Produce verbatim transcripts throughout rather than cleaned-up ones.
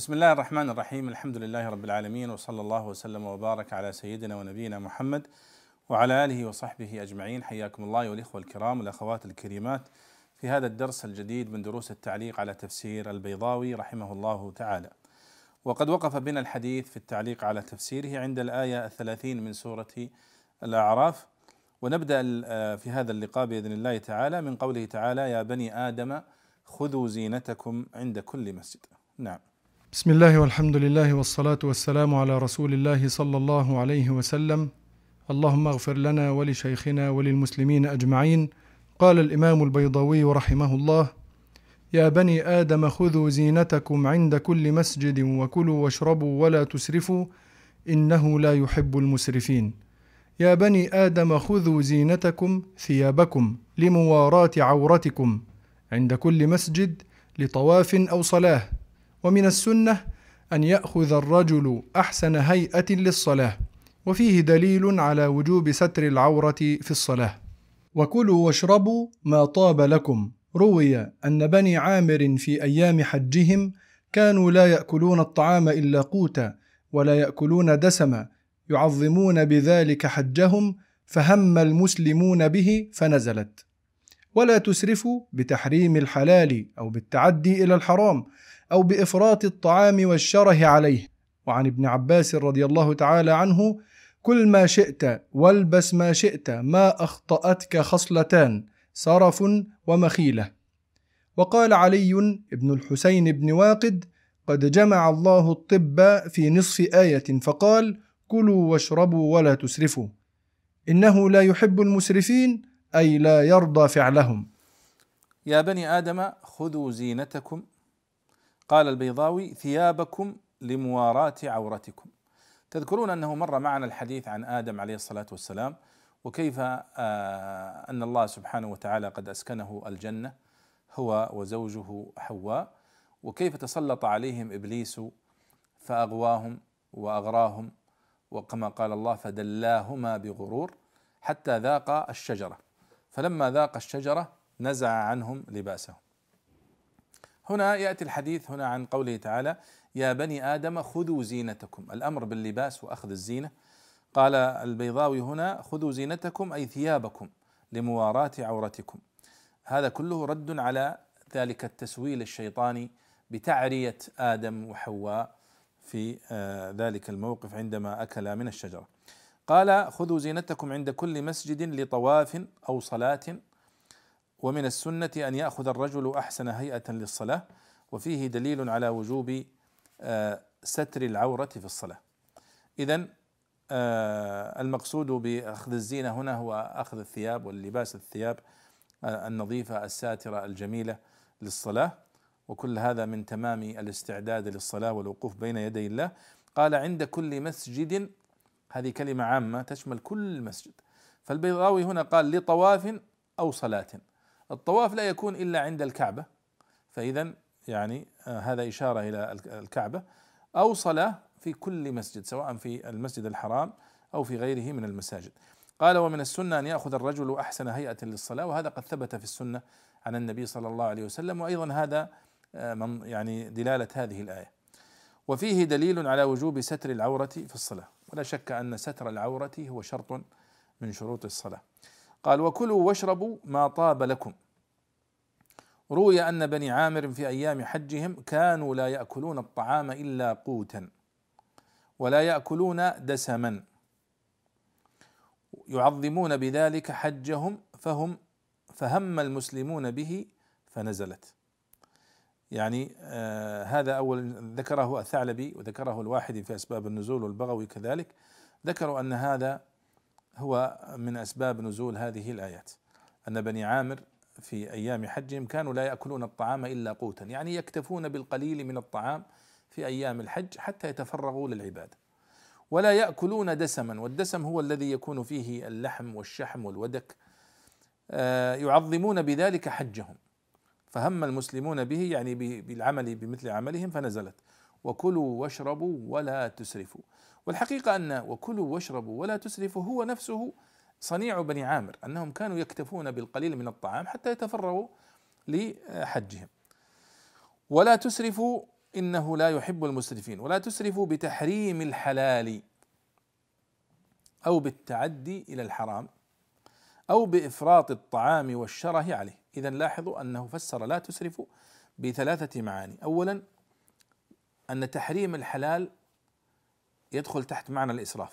بسم الله الرحمن الرحيم. الحمد لله رب العالمين، وصلى الله وسلم وبارك على سيدنا ونبينا محمد وعلى آله وصحبه أجمعين. حياكم الله أيها الإخوة الكرام والأخوات الكريمات في هذا الدرس الجديد من دروس التعليق على تفسير البيضاوي رحمه الله تعالى. وقد وقف بنا الحديث في التعليق على تفسيره عند الآية الثلاثين من سورة الأعراف، ونبدأ في هذا اللقاء بإذن الله تعالى من قوله تعالى: يا بني آدم خذوا زينتكم عند كل مسجد. نعم. بسم الله والحمد لله والصلاة والسلام على رسول الله صلى الله عليه وسلم. اللهم اغفر لنا ولشيخنا وللمسلمين أجمعين. قال الإمام البيضاوي رحمه الله: يا بني آدم خذوا زينتكم عند كل مسجد وكلوا واشربوا ولا تسرفوا إنه لا يحب المسرفين. يا بني آدم خذوا زينتكم ثيابكم لمواراة عورتكم عند كل مسجد لطواف أو صلاة. ومن السنة أن يأخذ الرجل أحسن هيئة للصلاة، وفيه دليل على وجوب ستر العورة في الصلاة. وكلوا واشربوا ما طاب لكم. روي أن بني عامر في أيام حجهم كانوا لا يأكلون الطعام إلا قوتا ولا يأكلون دسما، يعظمون بذلك حجهم، فهم المسلمون به فنزلت: ولا تسرفوا بتحريم الحلال أو بالتعدي إلى الحرام أو بإفراط الطعام والشره عليه. وعن ابن عباس رضي الله تعالى عنه: كل ما شئت والبس ما شئت، ما أخطأتك خصلتان، سرف ومخيلة. وقال علي بن الحسين بن واقد: قد جمع الله الطب في نصف آية فقال: كلوا واشربوا ولا تسرفوا إنه لا يحب المسرفين، أي لا يرضى فعلهم. يا بني آدم خذوا زينتكم، قال البيضاوي: ثيابكم لمواراة عورتكم. تذكرون أنه مر معنا الحديث عن آدم عليه الصلاة والسلام، وكيف أن الله سبحانه وتعالى قد أسكنه الجنة هو وزوجه حواء، وكيف تسلط عليهم إبليس فأغواهم وأغراهم، وكما قال الله: فدلاهما بغرور حتى ذاقا الشجرة، فلما ذاق الشجرة نزع عنهم لباسهم. هنا يأتي الحديث هنا عن قوله تعالى: يا بني آدم خذوا زينتكم، الأمر باللباس وأخذ الزينة. قال البيضاوي هنا: خذوا زينتكم أي ثيابكم لمواراة عورتكم. هذا كله رد على ذلك التسويل الشيطاني بتعرية آدم وحواء في ذلك الموقف عندما أكلا من الشجرة. قال: خذوا زينتكم عند كل مسجد لطواف أو صلاة. ومن السنة أن يأخذ الرجل أحسن هيئة للصلاة، وفيه دليل على وجوب ستر العورة في الصلاة. إذن المقصود بأخذ الزينة هنا هو أخذ الثياب واللباس، الثياب النظيفة الساترة الجميلة للصلاة، وكل هذا من تمام الاستعداد للصلاة والوقوف بين يدي الله. قال: عند كل مسجد، هذه كلمة عامة تشمل كل مسجد. فالبيضاوي هنا قال: لطواف أو صلاة. الطواف لا يكون إلا عند الكعبة، فإذا يعني هذا إشارة إلى الكعبة، أو صلاة في كل مسجد سواء في المسجد الحرام أو في غيره من المساجد. قال: ومن السنة أن يأخذ الرجل أحسن هيئة للصلاة، وهذا قد ثبت في السنة عن النبي صلى الله عليه وسلم، وأيضا هذا من يعني دلالة هذه الآية. وفيه دليل على وجوب ستر العورة في الصلاة، ولا شك أن ستر العورة هو شرط من شروط الصلاة. قال: وكلوا واشربوا ما طاب لكم. روي أن بني عامر في أيام حجهم كانوا لا يأكلون الطعام إلا قوتا ولا يأكلون دسما، يعظمون بذلك حجهم، فهم فهم المسلمون به فنزلت. يعني آه هذا أول ذكره الثعلبي وذكره الواحدي في أسباب النزول، والبغوي كذلك ذكروا أن هذا هو من أسباب نزول هذه الآيات، أن بني عامر في أيام حجهم كانوا لا يأكلون الطعام إلا قوتا، يعني يكتفون بالقليل من الطعام في أيام الحج حتى يتفرغوا للعبادة، ولا يأكلون دسما، والدسم هو الذي يكون فيه اللحم والشحم والودك، آه يعظمون بذلك حجهم، فهم المسلمون به يعني بالعمل بمثل عملهم فنزلت: وكلوا واشربوا ولا تسرفوا. والحقيقة أن وكلوا واشربوا ولا تسرفوا هو نفسه صنيع بني عامر، أنهم كانوا يكتفون بالقليل من الطعام حتى يتفرغوا لحجهم. ولا تسرفوا إنه لا يحب المسرفين. ولا تسرفوا بتحريم الحلال أو بالتعدي إلى الحرام أو بإفراط الطعام والشره عليه. إذن لاحظوا أنه فسر لا تسرفوا بثلاثة معاني. أولا أن تحريم الحلال يدخل تحت معنى الإسراف،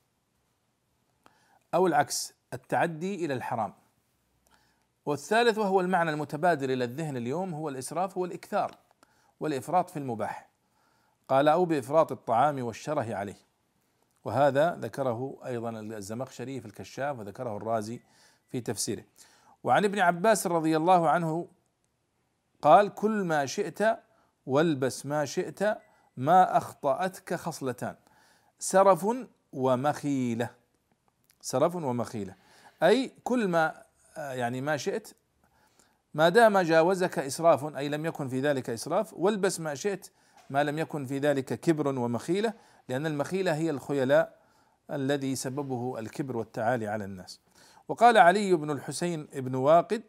أو العكس التعدي إلى الحرام. والثالث وهو المعنى المتبادر إلى الذهن اليوم هو الإسراف، هو الإكثار والإفراط في المباح. قال أو بإفراط الطعام والشره عليه، وهذا ذكره أيضا الزمخشري في الكشاف وذكره الرازي في تفسيره. وعن ابن عباس رضي الله عنه قال كل ما شئت والبس ما شئت ما أخطأتك خصلتان سرف ومخيلة. سرف ومخيلة أي كل ما يعني ما شئت ما دام جاوزك إسراف، أي لم يكن في ذلك إسراف، والبس ما شئت ما لم يكن في ذلك كبر ومخيلة، لأن المخيلة هي الخيلاء الذي سببه الكبر والتعالي على الناس. وقال علي بن الحسين بن واقد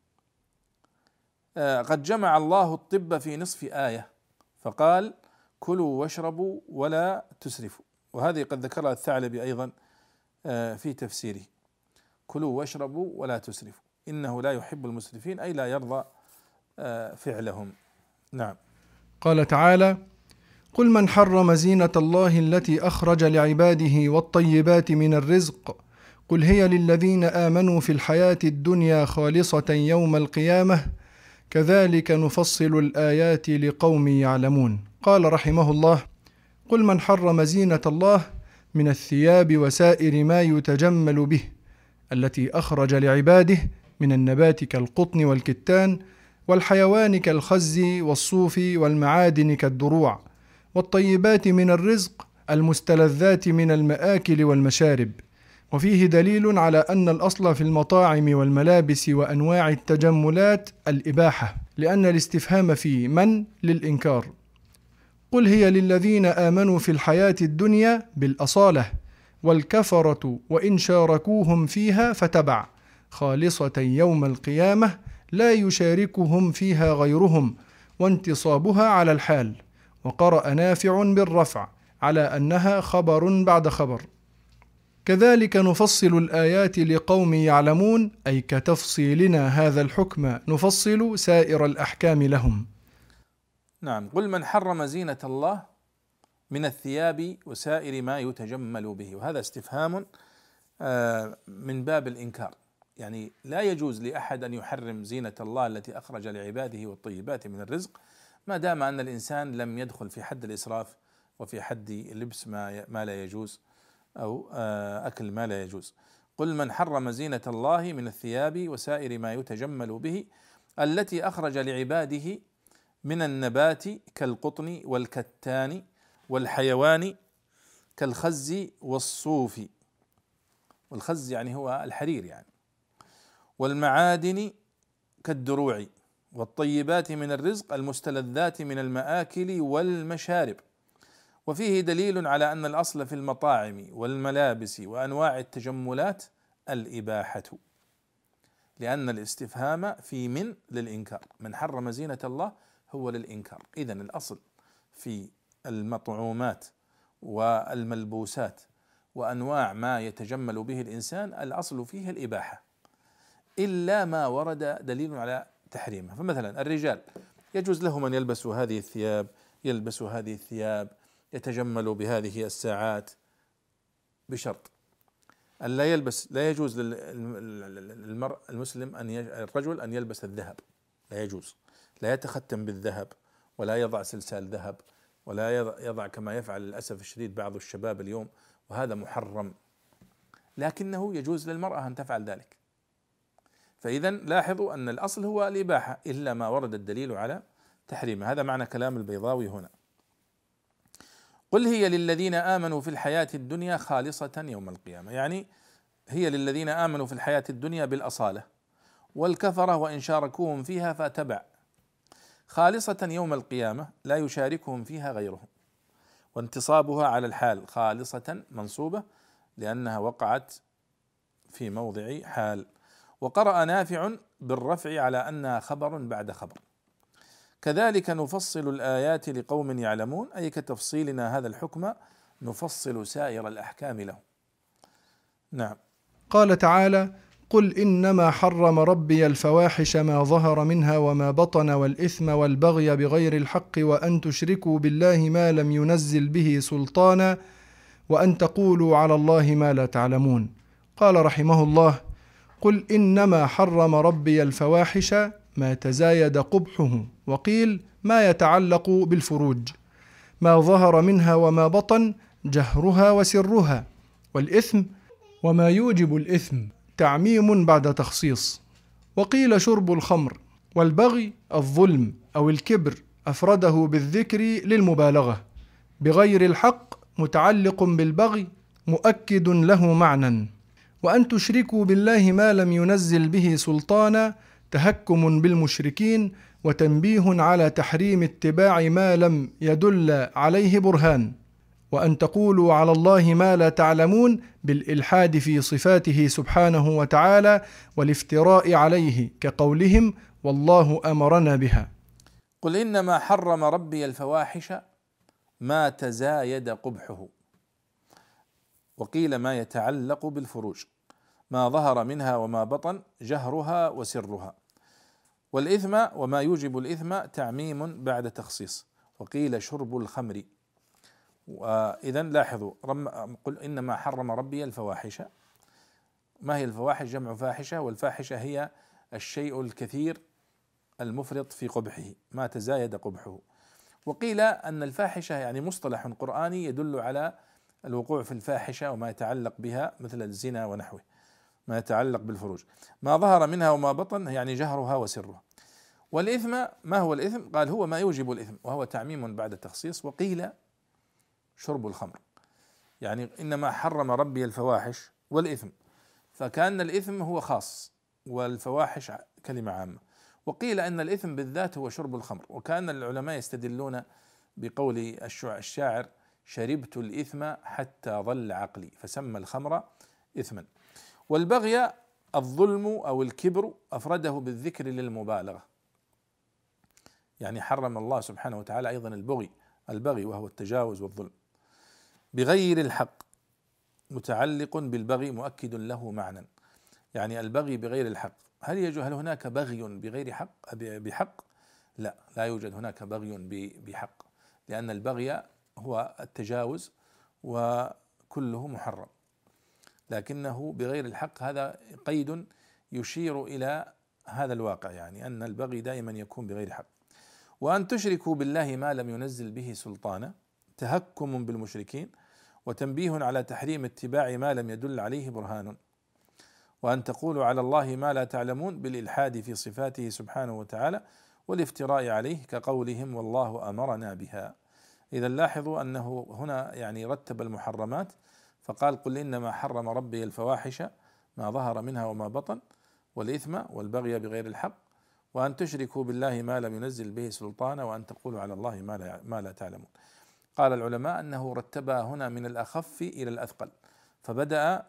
قد جمع الله الطب في نصف آية فقال كلوا واشربوا ولا تسرفوا، وهذه قد ذكرها الثعلبي أيضا في تفسيره، كلوا واشربوا ولا تسرفوا إنه لا يحب المسرفين، أي لا يرضى فعلهم. نعم. قال تعالى قل من حرم زينة الله التي أخرج لعباده والطيبات من الرزق قل هي للذين آمنوا في الحياة الدنيا خالصة يوم القيامة كذلك نفصل الآيات لقوم يعلمون. قال رحمه الله قل من حرم زينة الله من الثياب وسائر ما يتجمل به التي أخرج لعباده من النبات كالقطن والكتان والحيوان كالخز والصوف والمعادن كالدروع والطيبات من الرزق المستلذات من المآكل والمشارب. وفيه دليل على أن الأصل في المطاعم والملابس وأنواع التجملات الإباحة، لأن الاستفهام في من للإنكار. قل هي للذين آمنوا في الحياة الدنيا بالأصالة، والكفرة وإن شاركوهم فيها فتبع خالصة يوم القيامة لا يشاركهم فيها غيرهم، وانتصابها على الحال. وقرأ نافع بالرفع على أنها خبر بعد خبر. كذلك نفصل الآيات لقوم يعلمون، أي كتفصيلنا هذا الحكم نفصل سائر الأحكام لهم. نعم. قل من حرم زينة الله من الثياب وسائر ما يتجمل به، وهذا استفهام من باب الإنكار، يعني لا يجوز لأحد أن يحرم زينة الله التي أخرج لعباده والطيبات من الرزق ما دام أن الإنسان لم يدخل في حد الإسراف وفي حد لبس ما ما لا يجوز أو أكل ما لا يجوز. قل من حرم زينة الله من الثياب وسائر ما يتجمل به التي أخرج لعباده من النبات كالقطن والكتان والحيوان كالخز والصوف، والخز يعني هو الحرير يعني، والمعادن كالدروع، والطيبات من الرزق المستلذات من المآكل والمشارب. وفيه دليل على أن الأصل في المطاعم والملابس وأنواع التجملات الإباحة، لأن الاستفهام في من للإنكار، من حرم زينة الله هو للإنكار. إذن الأصل في المطعومات والملبوسات وأنواع ما يتجمل به الإنسان الأصل فيه الإباحة، إلا ما ورد دليل على تحريمه. فمثلا الرجال يجوز لهم أن يلبسوا هذه الثياب، يلبسوا هذه الثياب، يتجملوا بهذه الساعات، بشرط أن لا يلبس، لا يجوز للمرء المسلم أن الرجل أن يلبس الذهب، لا يجوز، لا يتختم بالذهب ولا يضع سلسال ذهب ولا يضع كما يفعل للأسف الشديد بعض الشباب اليوم، وهذا محرم، لكنه يجوز للمرأة أن تفعل ذلك. فإذا لاحظوا أن الأصل هو الإباحة إلا ما ورد الدليل على تحريمه. هذا معنى كلام البيضاوي هنا. قل هي للذين آمنوا في الحياة الدنيا خالصة يوم القيامة، يعني هي للذين آمنوا في الحياة الدنيا بالأصالة، والكفرة وإن شاركوهم فيها فتبع خالصة يوم القيامة لا يشاركهم فيها غيرهم، وانتصابها على الحال خالصة منصوبة لأنها وقعت في موضع حال. وقرأ نافع بالرفع على أنها خبر بعد خبر. كذلك نفصل الآيات لقوم يعلمون، أي كتفصيلنا هذا الحكم نفصل سائر الأحكام له. نعم. قال تعالى: قل إنما حرم ربي الفواحش ما ظهر منها وما بطن والإثم والبغي بغير الحق وأن تشركوا بالله ما لم ينزل به سلطانا وأن تقولوا على الله ما لا تعلمون. قال رحمه الله: قل إنما حرم ربي الفواحش ما تزايد قبحه، وقيل ما يتعلق بالفروج، ما ظهر منها وما بطن جهرها وسرها، والإثم وما يوجب الإثم تعميم بعد تخصيص. وقيل شرب الخمر، والبغي الظلم أو الكبر أفرده بالذكر للمبالغة، بغير الحق متعلق بالبغي مؤكد له معنى. وأن تشركوا بالله ما لم ينزل به سلطانا تهكم بالمشركين وتنبيه على تحريم اتباع ما لم يدل عليه برهان. وأن تقولوا على الله ما لا تعلمون بالإلحاد في صفاته سبحانه وتعالى والافتراء عليه، كقولهم والله أمرنا بها. قل إنما حرم ربي الفواحش ما تزايد قبحه، وقيل ما يتعلق بالفروج، ما ظهر منها وما بطن جهرها وسرها، والإثم وما يوجب الإثم تعميم بعد تخصيص، وقيل شرب الخمر. وإذا لاحظوا، قل إنما حرم ربي الفواحش، ما هي الفواحش؟ جمع فاحشة، والفاحشة هي الشيء الكثير المفرط في قبحه، ما تزايد قبحه. وقيل أن الفاحشة يعني مصطلح قرآني يدل على الوقوع في الفاحشة وما يتعلق بها مثل الزنا ونحوه، ما يتعلق بالفروج. ما ظهر منها وما بطن يعني جهرها وسرها. والإثم، ما هو الإثم؟ قال هو ما يوجب الإثم، وهو تعميم بعد التخصيص. وقيل شرب الخمر، يعني إنما حرم ربي الفواحش والإثم، فكأن الإثم هو خاص والفواحش كلمة عامة. وقيل أن الإثم بالذات هو شرب الخمر، وكأن العلماء يستدلون بقول الشاعر: شربت الإثم حتى ظل عقلي، فسمى الخمر إثما. والبغي الظلم أو الكبر أفرده بالذكر للمبالغة، يعني حرم الله سبحانه وتعالى أيضا البغي البغي وهو التجاوز والظلم. بغير الحق متعلق بالبغي مؤكد له معنى، يعني البغي بغير الحق. هل يجوز هل هناك بغي بغير حق بحق؟ لا، لا يوجد هناك بغي بحق، لأن البغي هو التجاوز وكله محرم، لكنه بغير الحق هذا قيد يشير إلى هذا الواقع، يعني أن البغي دائما يكون بغير حق. وأن تشركوا بالله ما لم ينزل به سلطانا تهكم بالمشركين وتنبيه على تحريم اتباع ما لم يدل عليه برهان. وأن تقولوا على الله ما لا تعلمون بالإلحاد في صفاته سبحانه وتعالى والافتراء عليه، كقولهم والله أمرنا بها. إذا لاحظوا أنه هنا يعني رتب المحرمات، فقال: قل إنما حرم ربي الفواحش ما ظهر منها وما بطن والإثم والبغي بغير الحق وأن تشركوا بالله ما لم ينزل به سلطانا وأن تقولوا على الله ما لا, ما لا تعلمون. قال العلماء أنه رتبها هنا من الأخف إلى الأثقل، فبدأ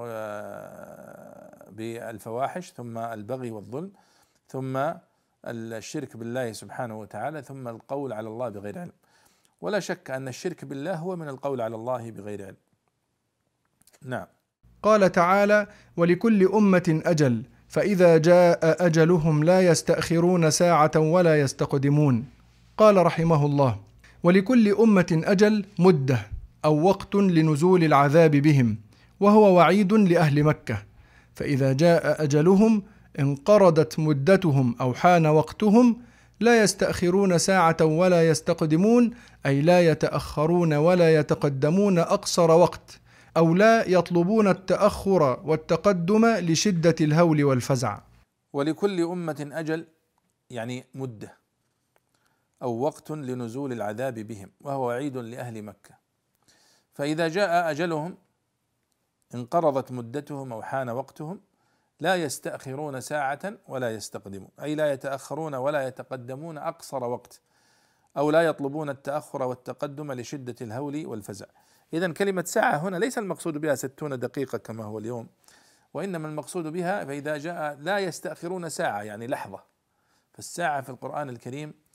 بالفواحش ثم البغي والظلم ثم الشرك بالله سبحانه وتعالى ثم القول على الله بغير علم. ولا شك أن الشرك بالله هو من القول على الله بغير علم. نعم. قال تعالى: ولكل أمة أجل فإذا جاء أجلهم لا يستأخرون ساعة ولا يستقدمون. قال رحمه الله: ولكل أمة أجل مدة أو وقت لنزول العذاب بهم، وهو وعيد لأهل مكة، فإذا جاء أجلهم انقرضت مدتهم أو حان وقتهم لا يستأخرون ساعة ولا يستقدمون، أي لا يتأخرون ولا يتقدمون أقصر وقت، أو لا يطلبون التأخر والتقدم لشدة الهول والفزع. ولكل أمة أجل يعني مدة أو وقت لنزول العذاب بهم، وهو وعيد لأهل مكة، فإذا جاء أجلهم انقرضت مدتهم أو حان وقتهم لا يستأخرون ساعة ولا يستقدمون، أي لا يتأخرون ولا يتقدمون أقصر وقت، أو لا يطلبون التأخر والتقدم لشدة الهول والفزع. إذن كلمة ساعة هنا ليس المقصود بها ستون دقيقة كما هو اليوم، وإنما المقصود بها فإذا جاء لا يستأخرون ساعة يعني لحظة. فالساعة في القرآن الكريم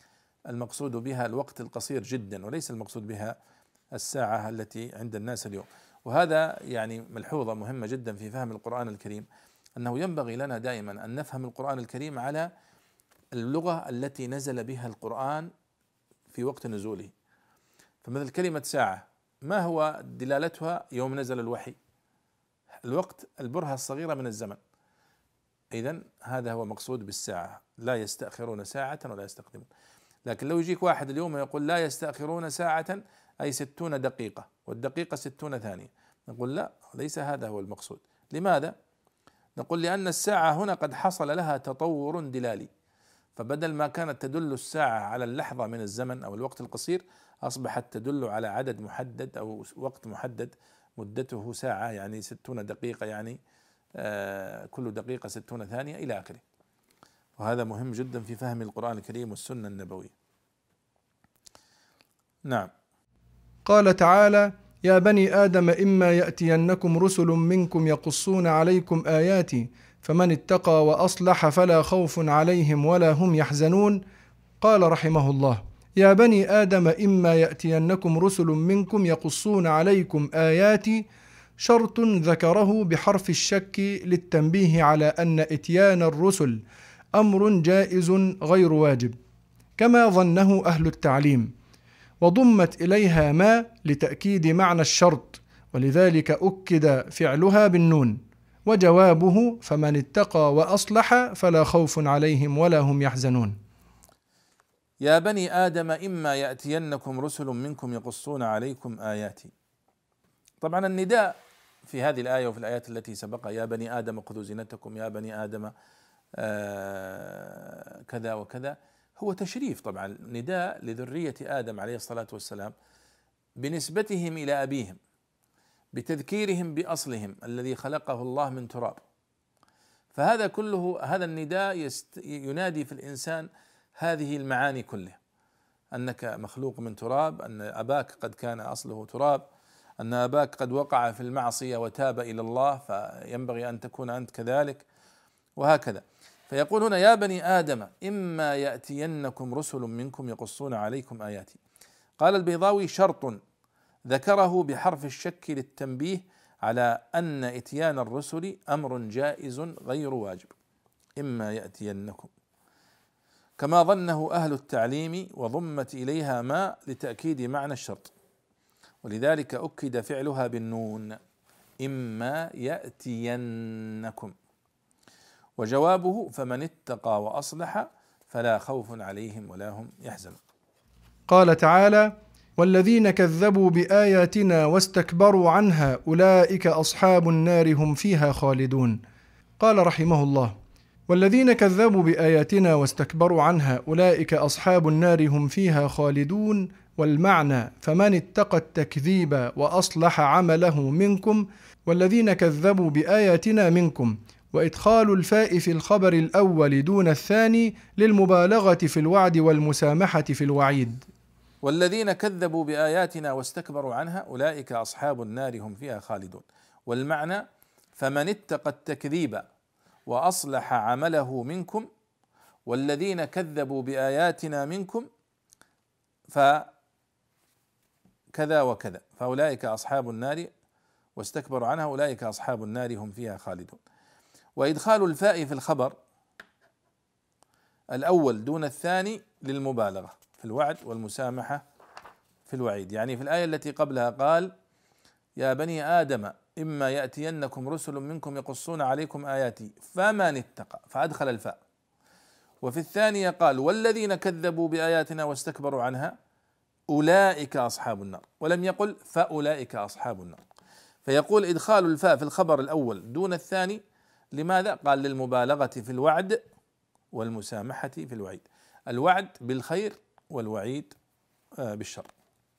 المقصود بها الوقت القصير جدا، وليس المقصود بها الساعة التي عند الناس اليوم. وهذا يعني ملحوظة مهمة جدا في فهم القرآن الكريم، أنه ينبغي لنا دائما أن نفهم القرآن الكريم على اللغة التي نزل بها القرآن في وقت نزوله. فمثل كلمة ساعة ما هو دلالتها يوم نزل الوحي؟ الوقت، البرهة الصغيرة من الزمن. إذن هذا هو مقصود بالساعة، لا يستأخرون ساعة ولا يستقدمون. لكن لو يجيك واحد اليوم ويقول لا يستأخرون ساعة أي ستون دقيقة، والدقيقة ستون ثانية، نقول لا، ليس هذا هو المقصود. لماذا؟ نقول لأن الساعة هنا قد حصل لها تطور دلالي، فبدل ما كانت تدل الساعة على اللحظة من الزمن أو الوقت القصير، أصبحت تدل على عدد محدد أو وقت محدد مدته ساعة، يعني ستون دقيقة، يعني آه كل دقيقة ستون ثانية إلى آخره. وهذا مهم جدا في فهم القرآن الكريم والسنة النبوية. نعم. قال تعالى: يا بني آدم إما يأتينكم رسل منكم يقصون عليكم آياتي فمن اتقى وأصلح فلا خوف عليهم ولا هم يحزنون. قال رحمه الله: يا بني آدم إما يأتينكم رسل منكم يقصون عليكم آياتي، شرط ذكره بحرف الشك للتنبيه على أن إتيان الرسل أمر جائز غير واجب، كما ظنه أهل التعليم، وضمت إليها ما لتأكيد معنى الشرط، ولذلك أكد فعلها بالنون. وجوابه: فمن اتقى وأصلح فلا خوف عليهم ولا هم يحزنون. يا بني آدم إما يأتينكم رسل منكم يقصون عليكم آياتي. طبعا النداء في هذه الآية وفي الآيات التي سبقها، يا بني آدم خذوا زينتكم، يا بني آدم آه كذا وكذا، هو تشريف. طبعا نداء لذرية آدم عليه الصلاة والسلام بنسبتهم إلى أبيهم، بتذكيرهم بأصلهم الذي خلقه الله من تراب. فهذا كله، هذا النداء ينادي في الإنسان هذه المعاني كلها: أنك مخلوق من تراب، أن أباك قد كان أصله تراب، أن أباك قد وقع في المعصية وتاب إلى الله، فينبغي أن تكون أنت كذلك، وهكذا. فيقول هنا: يا بني آدم إما يأتينكم رسل منكم يقصون عليكم آياتي. قال البيضاوي: شرط ذكره بحرف الشك للتنبيه على أن إتيان الرسل أمر جائز غير واجب. إما يأتينكم، كما ظنه أهل التعليم، وضمت إليها ما لتأكيد معنى الشرط، ولذلك أكد فعلها بالنون: إما يأتينكم. وجوابه: فمن اتقى وأصلح فلا خوف عليهم ولا هم يحزنون. قال تعالى: والذين كذبوا بآياتنا واستكبروا عنها أولئك أصحاب النار هم فيها خالدون. قال رحمه الله: والذين كذبوا بآياتنا واستكبروا عنها أولئك أصحاب النار هم فيها خالدون. والمعنى: فمن اتقى التكذيب وأصلح عمله منكم، والذين كذبوا بآياتنا منكم. وإدخال الفاء في الخبر الأول دون الثاني للمبالغة في الوعد والمسامحة في الوعيد. والذين كذبوا بآياتنا واستكبروا عنها أولئك أصحاب النار هم فيها خالدون. والمعنى: فمن اتقى التكذيب وأصلح عمله منكم، والذين كذبوا بآياتنا منكم فكذا وكذا، فأولئك أصحاب النار واستكبروا عنها أولئك أصحاب النار هم فيها خالدون. وإدخال الفاء في الخبر الأول دون الثاني للمبالغة في الوعد والمسامحة في الوعيد. يعني في الآية التي قبلها قال: يا بني آدم إما يأتينكم رسل منكم يقصون عليكم آياتي فمن اتقى، فأدخل الفاء. وفي الثانية قال: والذين كذبوا بآياتنا واستكبروا عنها أولئك أصحاب النار، ولم يقل فأولئك أصحاب النار. فيقول إدخال الفاء في الخبر الأول دون الثاني، لماذا؟ قال: للمبالغة في الوعد والمسامحة في الوعيد، الوعد بالخير والوعيد بالشر.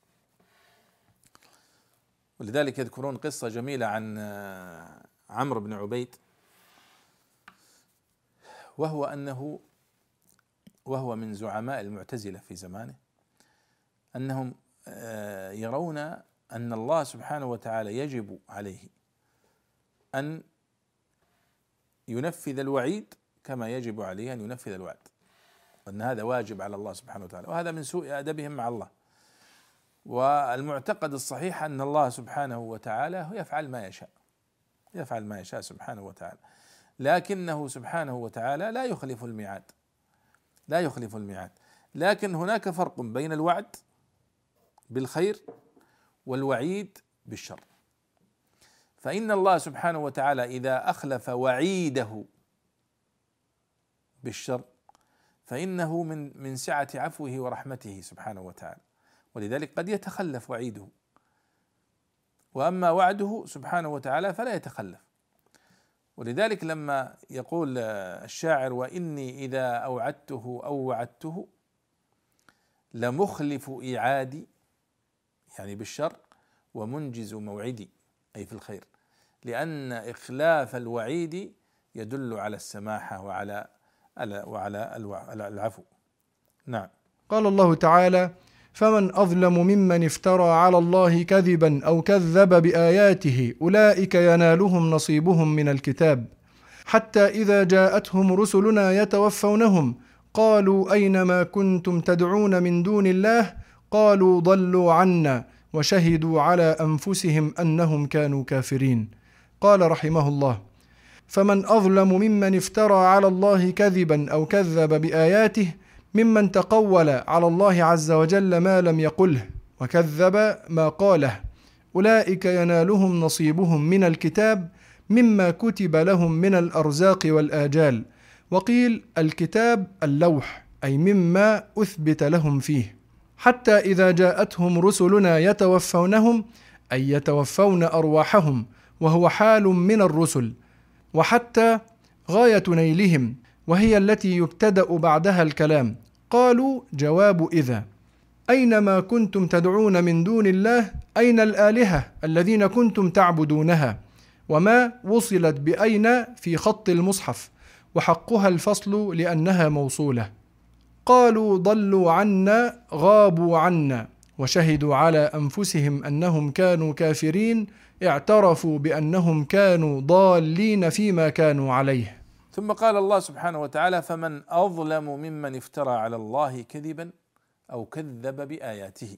ولذلك يذكرون قصة جميلة عن عمرو بن عبيد، وهو أنه وهو من زعماء المعتزلة في زمانه، أنهم يرون أن الله سبحانه وتعالى يجب عليه أن ينفذ الوعيد كما يجب عليه أن ينفذ الوعد. وأن هذا واجب على الله سبحانه وتعالى، وهذا من سوء أدبهم مع الله. والمعتقد الصحيح أن الله سبحانه وتعالى يفعل ما يشاء، يفعل ما يشاء سبحانه وتعالى، لكنه سبحانه وتعالى لا يخلف الميعاد، لا يخلف الميعاد. لكن هناك فرق بين الوعد بالخير والوعيد بالشر. فإن الله سبحانه وتعالى إذا أخلف وعيده بالشر فإنه من من سعة عفوه ورحمته سبحانه وتعالى، ولذلك قد يتخلف وعيده، وأما وعده سبحانه وتعالى فلا يتخلف. ولذلك لما يقول الشاعر: وإني إذا أوعدته أو وعدته لمخلف إيعادي، يعني بالشر، ومنجز موعدي، أي في الخير، لأن إخلاف الوعيد يدل على السماحة وعلى وعلى العفو. نعم. قال الله تعالى: فمن أظلم ممن افترى على الله كذبا أو كذب بآياته أولئك ينالهم نصيبهم من الكتاب حتى إذا جاءتهم رسلنا يتوفونهم قالوا أين ما كنتم تدعون من دون الله قالوا ضلوا عنا وشهدوا على أنفسهم أنهم كانوا كافرين. قال رحمه الله: فمن أظلم ممن افترى على الله كذبا أو كذب بآياته ممن تقول على الله عز وجل ما لم يقله وكذب ما قاله أولئك ينالهم نصيبهم من الكتاب مما كتب لهم من الأرزاق والآجال. وقيل الكتاب اللوح، أي مما أثبت لهم فيه، حتى إذا جاءتهم رسلنا يتوفونهم، أي يتوفون أرواحهم، وهو حال من الرسل، وحتى غاية نيلهم، وهي التي يبتدأ بعدها الكلام. قالوا جواب إذا: أينما كنتم تدعون من دون الله، أين الآلهة الذين كنتم تعبدونها؟ وما وصلت بأين في خط المصحف، وحقها الفصل لأنها موصولة. قالوا ضلوا عنا غابوا عنا وشهدوا على أنفسهم أنهم كانوا كافرين اعترفوا بأنهم كانوا ضالين فيما كانوا عليه. ثم قال الله سبحانه وتعالى: فمن أظلم ممن افترى على الله كذبا أو كذب بآياته.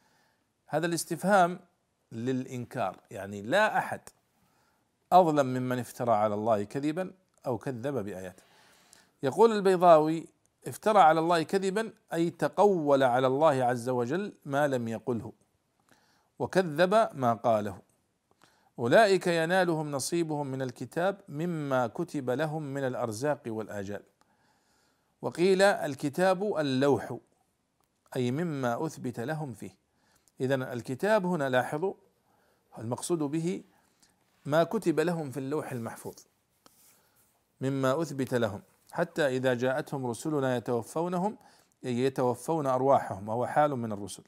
هذا الاستفهام للإنكار، يعني لا أحد أظلم ممن افترى على الله كذبا أو كذب بآياته. يقول البيضاوي: افترى على الله كذبا أي تقول على الله عز وجل ما لم يقله وكذب ما قاله. أولئك ينالهم نصيبهم من الكتاب مما كتب لهم من الأرزاق والآجال. وقيل الكتاب اللوح، أي مما أثبت لهم فيه. إذن الكتاب هنا لاحظوا المقصود به ما كتب لهم في اللوح المحفوظ مما أثبت لهم، حتى إذا جاءتهم رسلنا يتوفونهم، يتوفون أرواحهم، وهو حال من الرسل.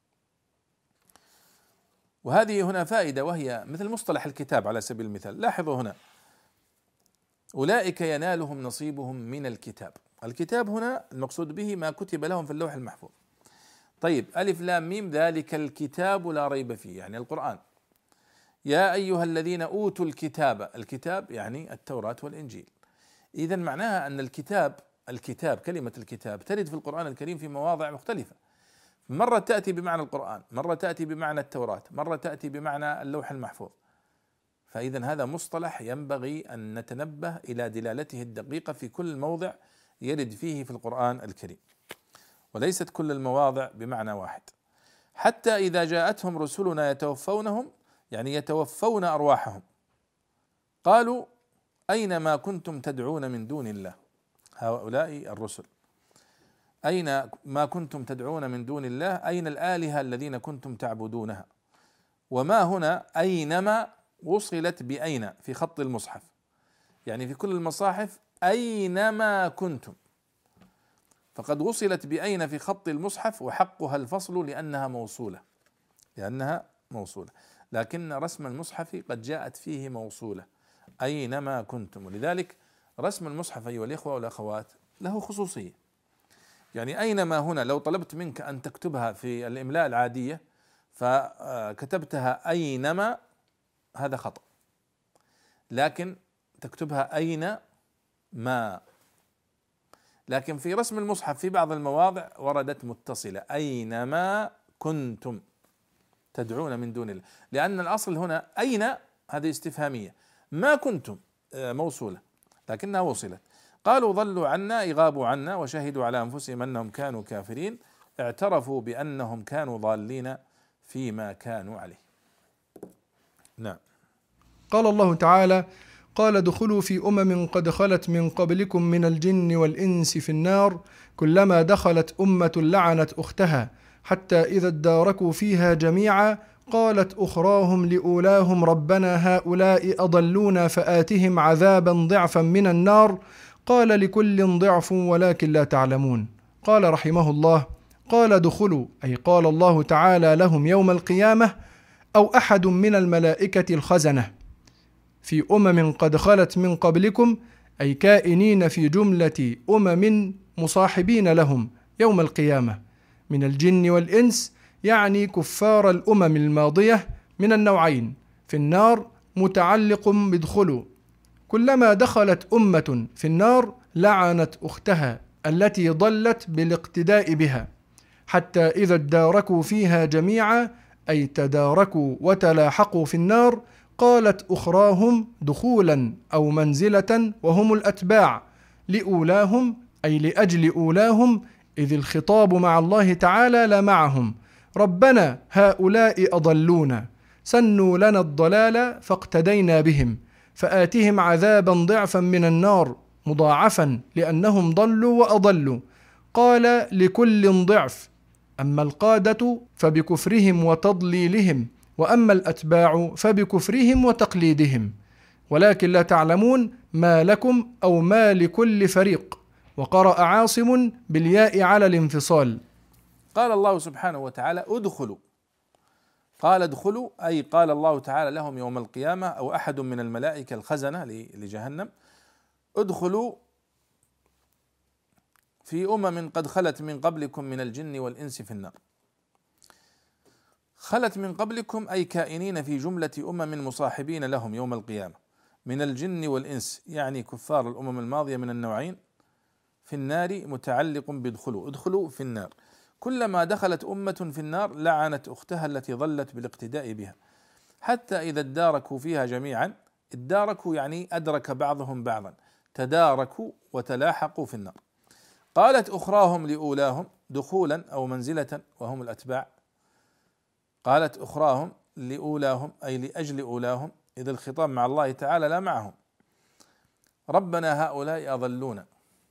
وهذه هنا فائدة، وهي مثل مصطلح الكتاب على سبيل المثال. لاحظوا هنا: أولئك ينالهم نصيبهم من الكتاب. الكتاب هنا المقصود به ما كتب لهم في اللوح المحفوظ. طيب، ألف لام ميم ذلك الكتاب لا ريب فيه، يعني القرآن. يا أيها الذين أوتوا الكتاب، الكتاب يعني التوراة والإنجيل. إذن معناها أن الكتاب الكتاب كلمة الكتاب ترد في القرآن الكريم في مواضع مختلفة، مرة تأتي بمعنى القرآن، مرة تأتي بمعنى التوراة، مرة تأتي بمعنى اللوح المحفوظ. فإذن هذا مصطلح ينبغي أن نتنبه إلى دلالته الدقيقة في كل موضع يرد فيه في القرآن الكريم، وليست كل المواضع بمعنى واحد. حتى إذا جاءتهم رسلنا يتوفونهم، يعني يتوفون أرواحهم، قالوا أين ما كنتم تدعون من دون الله. هؤلاء الرسل، أين ما كنتم تدعون من دون الله، أين الآلهة الذين كنتم تعبدونها. وما هنا أينما وصلت بأين في خط المصحف، يعني في كل المصاحف أينما كنتم، فقد وصلت بأين في خط المصحف، وحقها الفصل لأنها موصولة لأنها موصولة لكن رسم المصحف قد جاءت فيه موصولة أينما كنتم. ولذلك رسم المصحف أيها الإخوة والأخوات له خصوصية، يعني أينما هنا لو طلبت منك أن تكتبها في الإملاء العادية فكتبتها أينما، هذا خطأ، لكن تكتبها أين ما، لكن في رسم المصحف في بعض المواضع وردت متصلة، أينما كنتم تدعون من دون الله، لأن الأصل هنا أين هذه استفهامية، ما كنتم موصولة لكنها وصلت. قالوا ضلوا عنا أي غابوا عنا وشهدوا على أنفسهم أنهم كانوا كافرين، اعترفوا بأنهم كانوا ضالين فيما كانوا عليه. نعم. قال الله تعالى: قال ادخلوا في أمم قد خلت من قبلكم من الجن والإنس في النار كلما دخلت أمة لعنت أختها حتى إذا اداركوا فيها جميعا قالت أخراهم لأولاهم ربنا هؤلاء أضلونا فآتهم عذابا ضعفا من النار قال لكل ضعف ولكن لا تعلمون. قال رحمه الله: قال ادخلوا أي قال الله تعالى لهم يوم القيامة أو أحد من الملائكة الخزنة في أمم قد خلت من قبلكم أي كائنين في جملة أمم مصاحبين لهم يوم القيامة من الجن والإنس، يعني كفار الأمم الماضية من النوعين في النار متعلق بادخلوا. كلما دخلت أمة في النار لعنت أختها التي ضلت بالاقتداء بها حتى إذا اداركوا فيها جميعا أي تداركوا وتلاحقوا في النار قالت أخراهم دخولا أو منزلة وهم الأتباع لأولاهم أي لأجل أولاهم، إذ الخطاب مع الله تعالى لا معهم، ربنا هؤلاء أضلونا سنوا لنا الضلال فاقتدينا بهم فآتهم عذابا ضعفا من النار مضاعفا لأنهم ضلوا وأضلوا. قال لكل ضعف، أما القادة فبكفرهم وتضليلهم، وأما الأتباع فبكفرهم وتقليدهم، ولكن لا تعلمون ما لكم أو ما لكل فريق. وقرأ عاصم بالياء على الانفصال. قال الله سبحانه وتعالى ادخلوا، قال ادخلوا أي قال الله تعالى لهم يوم القيامة أو أحد من الملائكة الخزنة لجهنم ادخلوا في أمم قد خلت من قبلكم من الجن والإنس في النار. خلت من قبلكم أي كائنين في جملة أمم مصاحبين لهم يوم القيامة من الجن والإنس، يعني كفار الأمم الماضية من النوعين في النار متعلق بادخلوا، ادخلوا في النار. كلما دخلت أمة في النار لعنت أختها التي ظلت بالاقتداء بها حتى إذا اداركوا فيها جميعا، اداركوا يعني أدرك بعضهم بعضا، تداركوا وتلاحقوا في النار. قالت أخراهم لأولاهم دخولا أو منزلة وهم الأتباع، قالت أخراهم لأولاهم أي لأجل أولاهم، إذا الخطاب مع الله تعالى لا معهم، ربنا هؤلاء أضلونا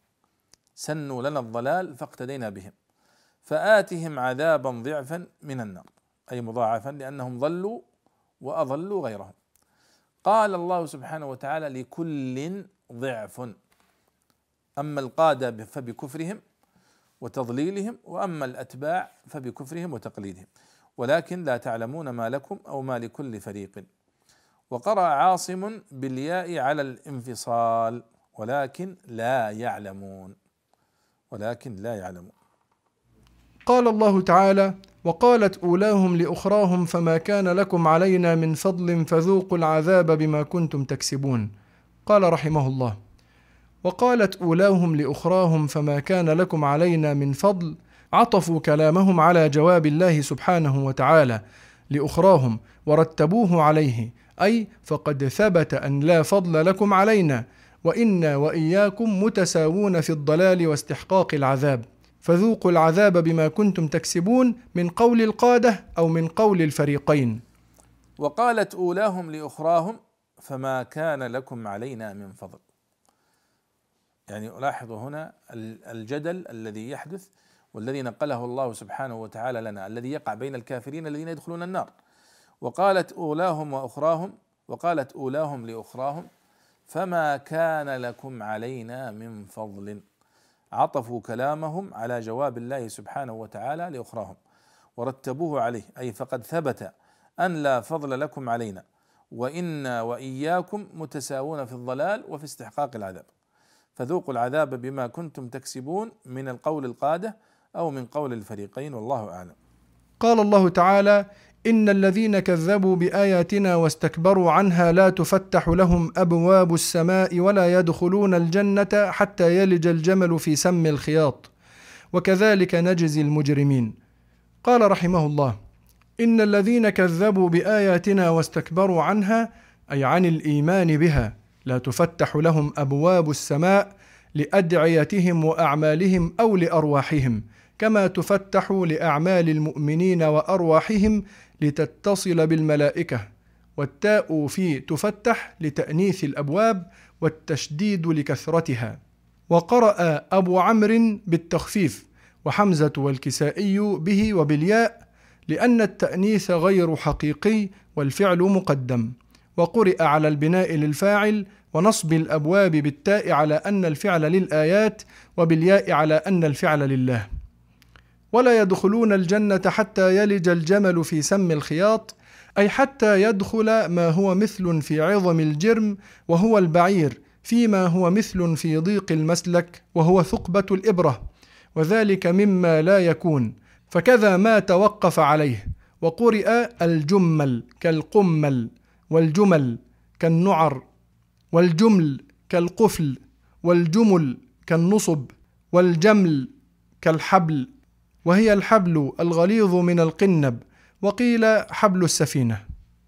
سنوا لنا الضلال فاقتدينا بهم فآتهم عذابا ضعفا من النار أي مضاعفا لأنهم ضلوا وأضلوا غيرهم. قال الله سبحانه وتعالى لكل ضعف، أما القادة فبكفرهم وتضليلهم، وأما الأتباع فبكفرهم وتقليدهم، ولكن لا تعلمون ما لكم أو ما لكل فريق. وقرأ عاصم بالياء على الانفصال ولكن لا يعلمون، ولكن لا يعلمون. قال الله تعالى: وقالت أولاهم لأخراهم فما كان لكم علينا من فضل فذوقوا العذاب بما كنتم تكسبون. قال رحمه الله: وقالت أولاهم لأخراهم فما كان لكم علينا من فضل، عطفوا كلامهم على جواب الله سبحانه وتعالى لأخراهم ورتبوه عليه، أي فقد ثبت أن لا فضل لكم علينا وإنا وإياكم متساوون في الضلال واستحقاق العذاب، فذوقوا العذاب بما كنتم تكسبون من قول القادة أو من قول الفريقين. وقالت أولاهم لأخراهم فما كان لكم علينا من فضل، يعني ألاحظ هنا الجدل الذي يحدث والذي نقله الله سبحانه وتعالى لنا، الذي يقع بين الكافرين الذين يدخلون النار. وقالت أولاهم وأخراهم، وقالت أولاهم لأخراهم فما كان لكم علينا من فضل، عطفوا كلامهم على جواب الله سبحانه وتعالى لأخراهم ورتبوه عليه، أي فقد ثبت أن لا فضل لكم علينا وإنا وإياكم متساوون في الضلال وفي استحقاق العذاب، فذوقوا العذاب بما كنتم تكسبون من القول القادة أو من قول الفريقين، والله أعلم. قال الله تعالى: إن الذين كذبوا بآياتنا واستكبروا عنها لا تفتح لهم أبواب السماء ولا يدخلون الجنة حتى يلج الجمل في سم الخياط وكذلك نجزي المجرمين. قال رحمه الله: إن الذين كذبوا بآياتنا واستكبروا عنها، أي عن الإيمان بها، لا تفتح لهم أبواب السماء لأدعيتهم وأعمالهم أو لأرواحهم، كما تفتح لأعمال المؤمنين وأرواحهم لتتصل بالملائكة، والتاء في تفتح لتأنيث الأبواب والتشديد لكثرتها. وقرأ أبو عمرو بالتخفيف، وحمزة والكسائي به وبالياء، لأن التأنيث غير حقيقي والفعل مقدم. وقرئ على البناء للفاعل ونصب الأبواب بالتاء على أن الفعل للآيات، وبالياء على أن الفعل لله. ولا يدخلون الجنة حتى يلج الجمل في سم الخياط، أي حتى يدخل ما هو مثل في عظم الجرم وهو البعير، فيما هو مثل في ضيق المسلك وهو ثقبة الإبرة، وذلك مما لا يكون، فكذا ما توقف عليه. وقرئ الجمل كالقمل، والجمل كالنعر، والجمل كالقفل، والجمل كالنصب، والجمل كالحبل، وهي الحبل الغليظ من القنب، وقيل حبل السفينة.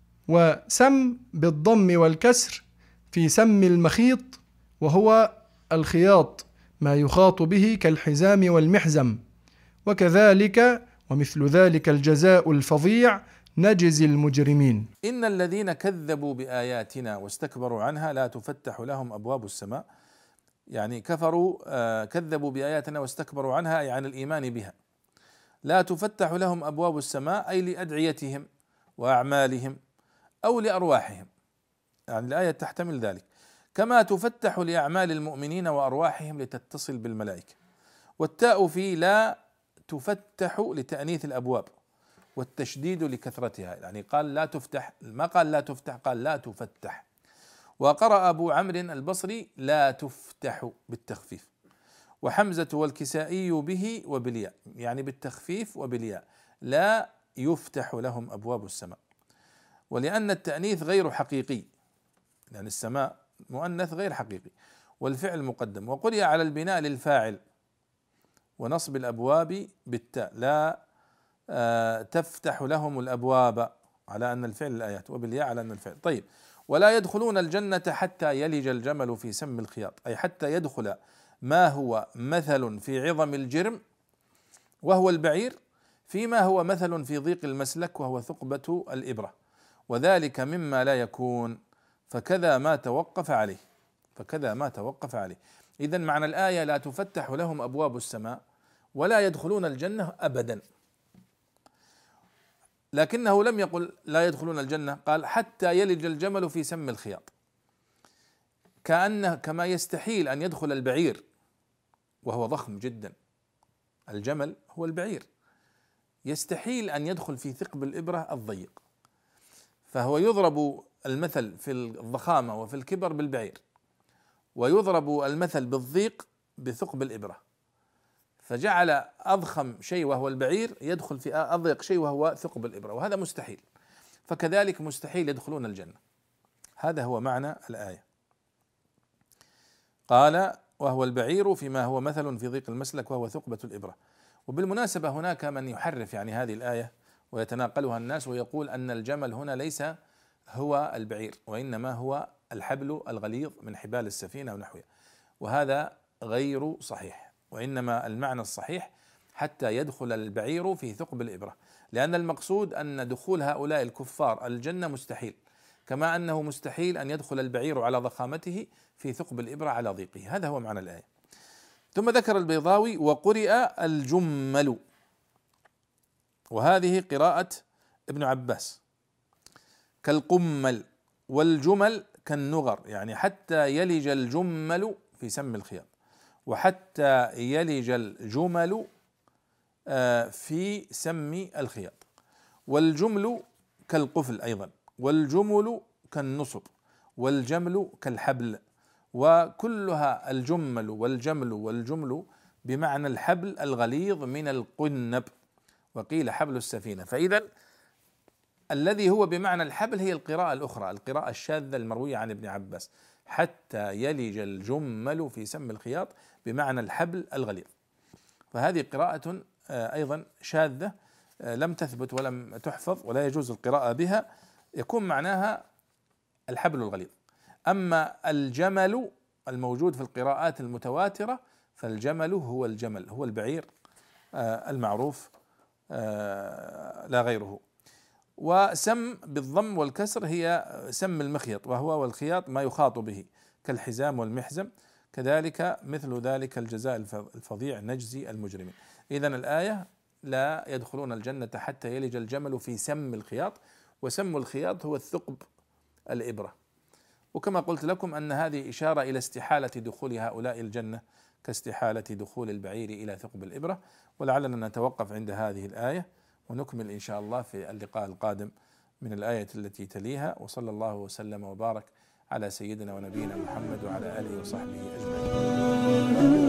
وسم بالضم والكسر في سم المخيط، وهو الخياط ما يخاط به كالحزام والمحزم. وكذلك ومثل ذلك الجزاء الفظيع نجزي المجرمين. إن الذين كذبوا بآياتنا واستكبروا عنها لا تفتح لهم أبواب السماء، يعني كفروا آه كذبوا بآياتنا واستكبروا عنها، أي عن الإيمان بها. لا تفتح لهم أبواب السماء أي لأدعيتهم وأعمالهم أو لأرواحهم، يعني الآية تحتمل ذلك، كما تفتح لأعمال المؤمنين وأرواحهم لتتصل بالملائكة. والتاء في لا تفتح لتأنيث الأبواب والتشديد لكثرتها، يعني قال لا تفتح، ما قال لا تفتح، قال لا تفتح. وقرأ أبو عمرو البصري لا تفتح بالتخفيف، وحمزة والكسائي به وبالياء، يعني بالتخفيف وبالياء، لا يفتح لهم أبواب السماء. ولأن التأنيث غير حقيقي، لأن السماء مؤنث غير حقيقي والفعل مقدم. وقرئ على البناء للفاعل ونصب الأبواب بالتاء، لا آه تفتح لهم الأبواب، على أن الفعل الآيات، وبالياء على أن الفعل. طيب، ولا يدخلون الجنة حتى يلج الجمل في سم الخياط، أي حتى يدخل ما هو مثل في عظم الجرم وهو البعير، فيما هو مثل في ضيق المسلك وهو ثقبة الإبرة، وذلك مما لا يكون، فكذا ما توقف عليه فكذا ما توقف عليه. إذن معنى الآية لا تفتح لهم أبواب السماء ولا يدخلون الجنة أبدا، لكنه لم يقل لا يدخلون الجنة، قال حتى يلج الجمل في سم الخياط، كأنه كما يستحيل أن يدخل البعير وهو ضخم جدا، الجمل هو البعير، يستحيل أن يدخل في ثقب الإبرة الضيق، فهو يضرب المثل في الضخامة وفي الكبر بالبعير، ويضرب المثل بالضيق بثقب الإبرة، فجعل أضخم شيء وهو البعير يدخل في أضيق شيء وهو ثقب الإبرة، وهذا مستحيل. فكذلك مستحيل يدخلون الجنة. هذا هو معنى الآية. قال وهو البعير فيما هو مثل في ضيق المسلك وهو ثقبة الإبرة. وبالمناسبة هناك من يحرف يعني هذه الآية ويتناقلها الناس ويقول أن الجمل هنا ليس هو البعير، وإنما هو الحبل الغليظ من حبال السفينة ونحوها، وهذا غير صحيح، وإنما المعنى الصحيح حتى يدخل البعير في ثقب الإبرة، لأن المقصود أن دخول هؤلاء الكفار الجنة مستحيل، كما أنه مستحيل أن يدخل البعير على ضخامته في ثقب الإبرة على ضيقه. هذا هو معنى الآية. ثم ذكر البيضاوي وقرئ الجمل، وهذه قراءة ابن عباس، كالقمل والجمل كالنغر، يعني حتى يلج الجمل في سم الخياط، وحتى يلج الجمل في سم الخياط. والجمل كالقفل أيضا، والجمل كالنصب، والجمل كالحبل، وكلها الجمل والجمل والجمل بمعنى الحبل الغليظ من القنب، وقيل حبل السفينة. فإذا الذي هو بمعنى الحبل هي القراءة الأخرى، القراءة الشاذة المروية عن ابن عباس، حتى يلج الجمل في سم الخياط، بمعنى الحبل الغليظ. فهذه قراءة أيضا شاذة لم تثبت ولم تحفظ ولا يجوز القراءة بها، يكون معناها الحبل الغليظ. أما الجمل الموجود في القراءات المتواترة فالجمل هو الجمل، هو البعير المعروف لا غيره. وسم بالضم والكسر هي سم المخيط، وهو والخياط ما يخاط به كالحزام والمحزم، كذلك مثل ذلك الجزاء الفظيع نجزي المجرمين. إذن الآية لا يدخلون الجنة حتى يلج الجمل في سم الخياط، وسم الخياط هو الثقب الإبرة. وكما قلت لكم أن هذه إشارة إلى استحالة دخول هؤلاء الجنة كاستحالة دخول البعير إلى ثقب الإبرة. ولعلنا نتوقف عند هذه الآية ونكمل إن شاء الله في اللقاء القادم من الآية التي تليها. وصلى الله وسلم وبارك على سيدنا ونبينا محمد وعلى آله وصحبه أجمعين.